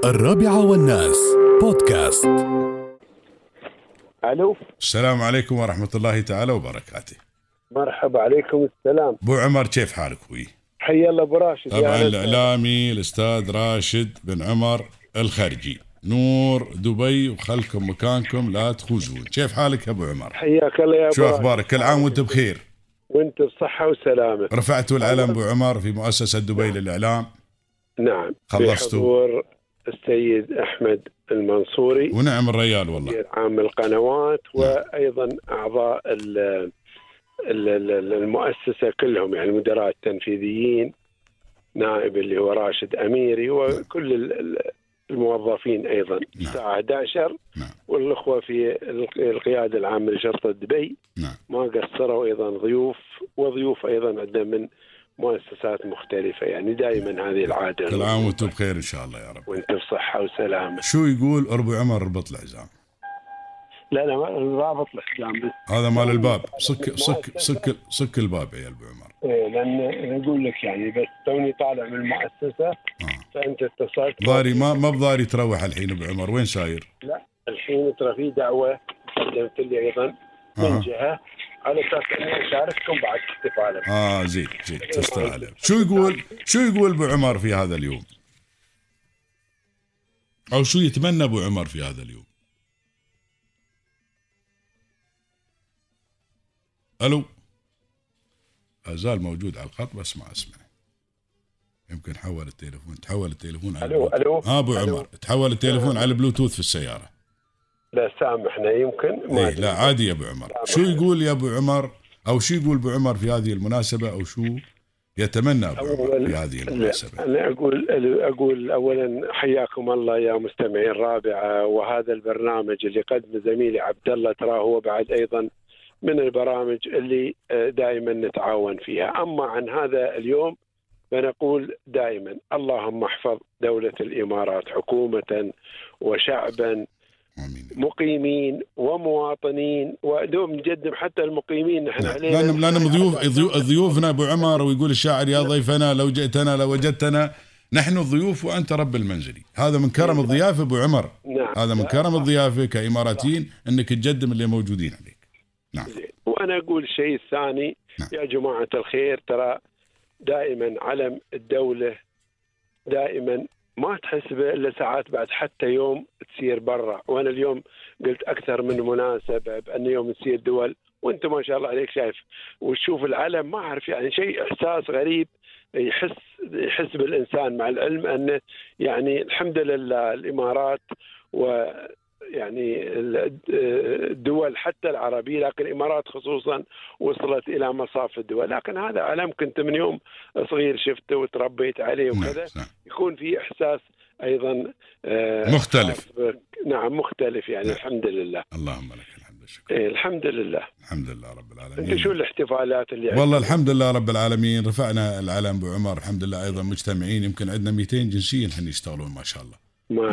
والناس بودكاست. الو، السلام عليكم ورحمة الله تعالى وبركاته. مرحبا. عليكم السلام. ابو عمر كيف حالك اخوي؟ حيا الله ابو راشد. طبعا الاعلامي الاستاذ راشد بن عمر الخرجي، نور دبي وخلكم مكانكم لا تخوزون. كيف حالك يا ابو عمر؟ حياك الله يا ابو شو راشد. اخبارك؟ كل عام وانت بخير. وانت بصحة وسلامة. رفعتوا العلم ابو عمر في مؤسسة دبي للاعلام؟ نعم، خلصتوا بحضور السيد احمد المنصوري ونعم الريال والله، عام القنوات، وايضا اعضاء المؤسسة كلهم، يعني المدراء التنفيذيين، نائب اللي هو راشد اميري، وكل الموظفين ايضا الساعة 11. والاخوة في القيادة العامة لشرطة دبي ما قصروا، ايضا ضيوف ايضا عندنا من مؤسسات مختلفة. يعني دائما هذه العادة. كل عام وانتم بخير ان شاء الله يا رب. وانت بصحة وسلامة. شو يقول ابو عمر ربط العزام؟ لا رابط الحزام بس. هذا مال الباب. صك الباب يا ابو عمر. ايه، لان اقول لك يعني بس توني طالع من المؤسسة. فانت اتصلت ضاري ما بضاري تروح الحين ابو عمر، وين ساير؟ لا الحين ترى في دعوة قدمت لي ايضا من جهة على اساس اني اشارككم بعد احتفالك. زين تستاهل. شو يقول ابو عمر في هذا اليوم؟ او شو يتمنى ابو عمر في هذا اليوم؟ الو، ازال موجود على الخط بس ما اسمع. يمكن تحول التليفون على الو ابو عمر تحول التليفون على البلوتوث في السيارة. لا سامحنا، يمكن ما لا عادي يا ابو عمر. شو يقول يا ابو عمر، او شو يقول ابو عمر في هذه المناسبة، او شو يتمنى ابو عمر في هذه المناسبة؟ انا اقول اولا حياكم الله يا مستمعين الرابعة، وهذا البرنامج اللي قدمه زميلي عبد الله ترى هو بعد ايضا من البرامج اللي دائما نتعاون فيها. اما عن هذا اليوم فنقول دائما اللهم احفظ دولة الامارات حكومة وشعبا، مقيمين ومواطنين، ودوم نقدم حتى المقيمين نحن علينا. لأن ضيوفنا أبو عمر، ويقول الشاعر يا ضيفنا لو جئتنا لوجدتنا نحن الضيوف وأنت رب المنزل. هذا من كرم الضيافة أبو عمر. هذا من كرم الضيافة كإماراتيين أنك تقدم اللي موجودين عليك. نعم. وأنا أقول الشيء الثاني يا جماعة الخير، ترى دائما علم الدولة دائما ما تحسبه إلا ساعات بعد، حتى يوم تصير برا. وأنا اليوم قلت أكثر من مناسبة بأن يوم تصير دول، وأنت ما شاء الله عليك شايف وتشوف العلم. ما أعرف يعني شيء، إحساس غريب يحس بالإنسان، مع العلم أن يعني الحمد لله الإمارات ويعني الدول حتى العربية، لكن الإمارات خصوصا وصلت إلى مصاف الدول. لكن هذا علم كنت من يوم صغير شفته وتربيت عليه وكذا. يكون في إحساس أيضا مختلف. نعم مختلف يعني. الحمد لله. اللهم لك الحمد والشكر. الحمد لله. الحمد لله رب العالمين. انت شو الاحتفالات اللي والله الحمد لله رب العالمين، رفعنا العلم ابو عمر الحمد لله. ايضا مجتمعين، يمكن عندنا 200 جنسية الحين يشتغلون ما شاء الله.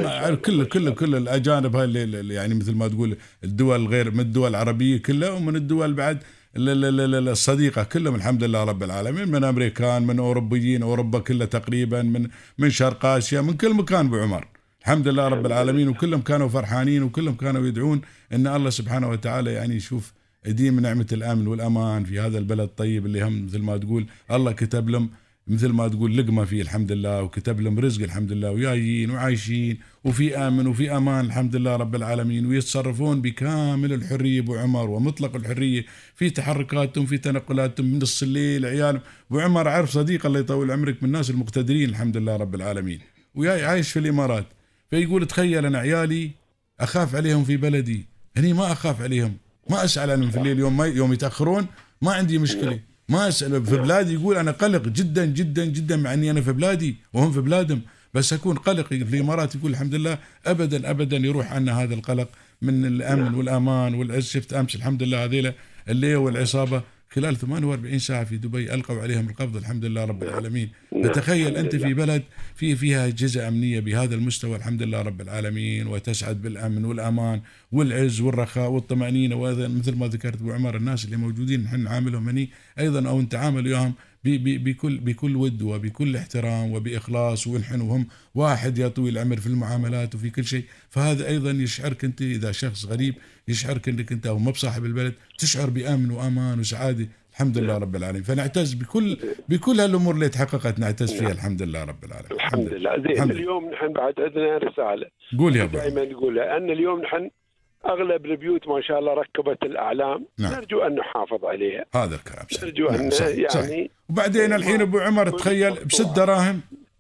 كل الاجانب هاي اللي يعني مثل ما تقول الدول غير من الدول العربية كلها، ومن الدول بعد الصديقة كلهم الحمد لله رب العالمين، من امريكان، من اوروبيين، اوروبا كلها تقريبا، من شرق اسيا، من كل مكان ابو عمر الحمد لله رب العالمين. وكلهم كانوا فرحانين، وكلهم كانوا يدعون ان الله سبحانه وتعالى يعني يشوف يديم نعمة الامن والامان في هذا البلد الطيب اللي هم مثل ما تقول الله كتب لهم مثل ما تقول لقمة فيه الحمد لله، وكتب لهم رزق الحمد لله، وجايين وعايشين وفي امن وفي امان الحمد لله رب العالمين، ويتصرفون بكامل الحرية ابو عمر ومطلق الحرية في تحركاتهم في تنقلاتهم من نص الليل. عيال ابو عمر عارف صديق الله يطول عمرك من الناس المقتدرين الحمد لله رب العالمين، وياي عايش في الامارات. فيقول تخيل انا عيالي اخاف عليهم في بلدي، هني ما اخاف عليهم، ما اسال عنهم في الليل، يوم يتاخرون ما عندي مشكله، ما اسال. في بلادي يقول انا قلق جدا جدا جدا، مع اني انا في بلادي وهم في بلادهم، بس اكون قلق. في الامارات يقول الحمد لله ابدا يروح عنا هذا القلق من الامن والامان والعز. شفت امس الحمد لله هذيلا اللي والعصابه خلال 48 ساعة في دبي ألقوا عليهم القبض الحمد لله رب العالمين. فتخيل أنت في بلد فيها أجهزة أمنية بهذا المستوى الحمد لله رب العالمين، وتسعد بالأمن والأمان والعز والرخاء والطمأنينة. وأيضا مثل ما ذكرت أبو عمر الناس اللي موجودين نحن نعاملهم هني أيضا أو نتعامل وياهم بكل ود وبكل احترام وبإخلاص، ونحن وهم واحد يا طويل العمر في المعاملات وفي كل شيء. فهذا أيضا يشعرك أنت إذا شخص غريب يشعرك أنك أنت أو ما بصاحب البلد، تشعر بأمن وأمان وسعادة. الحمد لله رب العالمين. فنعتز بكل هالأمور اللي تحققت، نعتز فيها الحمد لله رب العالمين. الحمد لله. زين، اليوم نحن بعد عندنا رسالة قول يا أبو. دائما نقولها أن اليوم نحن أغلب البيوت ما شاء الله ركبت الأعلام. نرجو أن نحافظ عليها. هذا الكلام صحيح. نرجو أن يعني وبعدين الحين أبو عمر تخيل ب6 دراهم،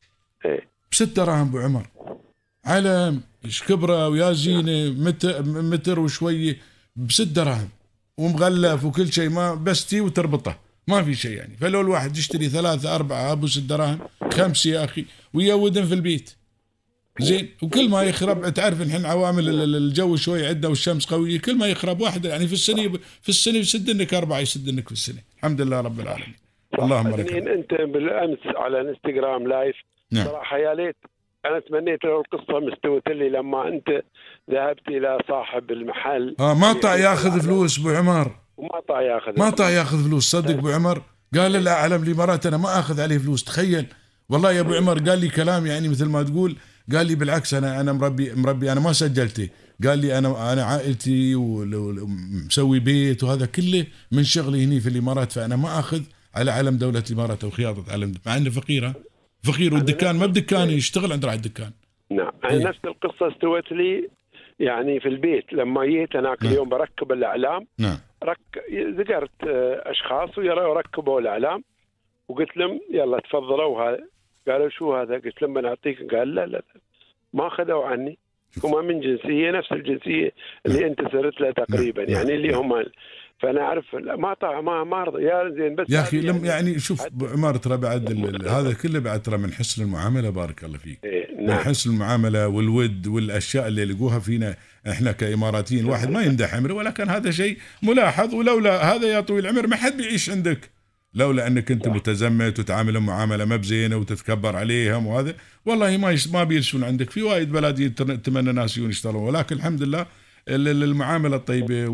ب6 دراهم أبو عمر علم كبرة ويا زينة متر وشوية ب6 دراهم ومغلف وكل شيء، ما بس تي وتربطه ما في شيء يعني. فلو الواحد يشتري 3 4 أبو 6 دراهم 5 يا أخي ويودن في البيت زين. وكل ما يخرب تعرف نحن عوامل الجو شوي عندنا والشمس قوية، كل ما يخرب واحد يعني في السنة يسدنك 4 يسدنك في السنة. الحمد لله رب العالمين. اللهم لك. أنت بالأمس على انستغرام لايف صراحة يا ليت أنا تمنيت لو القصة مستوت لي لما أنت ذهبت إلى صاحب المحل. ما طاع ياخذ فلوس أبو عمر، ما طاع ياخذ فلوس. صدق أبو عمر قال لا أعلم الإمارات أنا ما أخذ عليه فلوس. تخيل والله يا أبو عمر قال لي كلام يعني مثل ما تقول، قال لي بالعكس أنا مربي أنا ما سجلته. قال لي أنا عائلتي ومسوي بيت وهذا كله من شغلي هني في الإمارات، فأنا ما أخذ على علم دولة الإمارات أو خياطة علم، مع أنه فقير والدكان ما بدكان يشتغل عند راعي الدكان. نعم نفس القصة استوت لي يعني في البيت لما جيت هناك اليوم بركب الأعلام. ذكرت أشخاص وركبوا الأعلام وقلت لهم يلا تفضلوا. هذا قالوا شو هذا؟ قلت لهم بنعطيك. قال لا ما أخذوا عني، هما من جنسية نفس الجنسية اللي أنت سرت لها تقريبا يعني اللي هم. فأنا أعرف ما أرضى يا زين. بس يا أخي لم يعني شوف عمار ترى بعد هذا كله بعد ترى من حسن المعاملة بارك الله فيك. من حسن المعاملة والود والأشياء اللي لقوها فينا إحنا كإماراتيين. واحد ما يمدح عمره، ولكن هذا شيء ملاحظ. ولولا هذا يا طويل العمر ما حد بيعيش عندك، لولا أنك أنت متزمت وتعاملهم معاملة ما بزينة وتتكبر عليهم وهذا والله ما بيرسون عندك. في وايد بلادين تمنى ناس يشتغلون، ولكن الحمد لله المعاملة الطيبة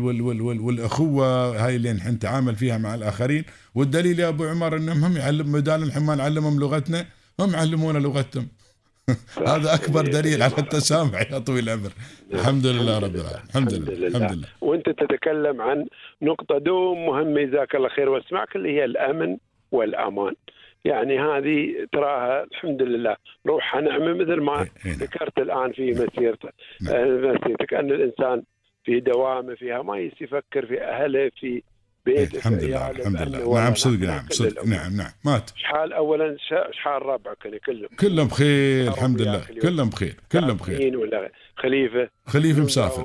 والأخوة هاي اللي نحن نتعامل فيها مع الآخرين. والدليل يا أبو عمر أنهم هم يعلم بدال نحن ما نعلمهم لغتنا هم يعلمونا لغتهم. هذا أكبر دليل على التسامح يا طويل العمر. الحمد لله رب العالمين. الحمد لله. وأنت تتكلم عن نقطة دوم مهمة جزاك الله خير واسمعك، اللي هي الأمن والأمان. يعني هذه تراها الحمد لله روحها نعمة مثل ما ذكرت الآن في مسيرتك أن الإنسان في دوامه فيها ما يفكر في أهله في بيته. الحمد لله الحمد لله. نعم صدق نعم مات. شحال أولا شحال ربعك كلهم بخير الحمد لله. كلهم بخير. ولا خليفة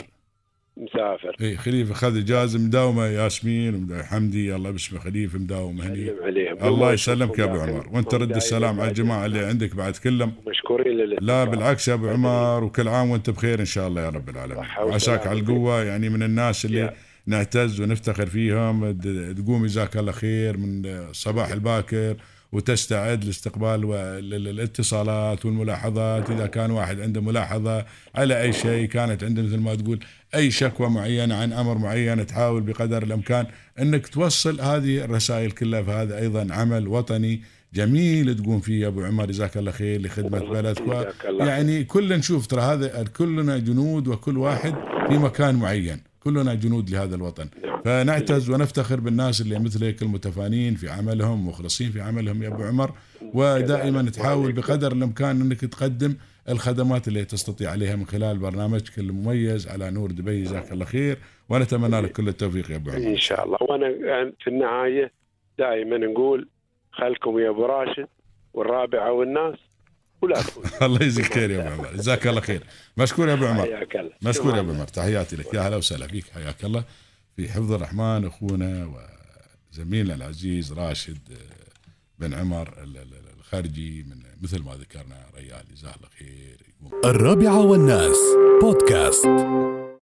مسافر. اي خليفه خذ اجازه مداومه. ياسمين حمدي الله باسمه خليفه مداومه هني. الله يسلمك يا ابو عمر، وانت رد السلام على الجماعه اللي عندك بعد كلهم مشكورين. لا بالعكس يا ابو عمر، وكل عام وانت بخير ان شاء الله يا رب العالمين. وعساك على القوه يعني من الناس اللي نعتز ونفتخر فيهم. تقوم جزاك الله خير من الصباح الباكر وتستعد لاستقبال الاتصالات والملاحظات. إذا كان واحد عنده ملاحظة على أي شيء كانت عنده مثل ما تقول أي شكوى معينة عن أمر معين، تحاول بقدر الإمكان أنك توصل هذه الرسائل كلها. فهذا أيضا عمل وطني جميل تقوم فيه يا أبو عمر جزاك الله خير لخدمة بلدك. يعني كلنا نشوف ترى هذا كلنا جنود وكل واحد في مكان معين، كلنا جنود لهذا الوطن. فنعتز ونفتخر بالناس اللي مثلك المتفانين في عملهم مخلصين في عملهم يا أبو عمر، ودائما تحاول بقدر الإمكان أنك تقدم الخدمات اللي تستطيع عليها من خلال برنامجك المميز على نور دبي جزاك الله خير، ونتمنى لك كل التوفيق يا أبو عمر إن شاء الله. وأنا في النهاية دائما نقول خلكم يا أبو راشد والرابعة والناس ولا الله يجزيك خير يا أبو عمر جزاك الله خير. مشكور يا أبو عمر. مشكور يا أبو عمر، تحياتي لك يا هلا وسهلا فيك، حياك الله. في حفظ الرحمن أخونا وزميلنا العزيز راشد بن عمر الخارجي من مثل ما ذكرنا ريال جزاه الله خير. 4 والناس بودكاست.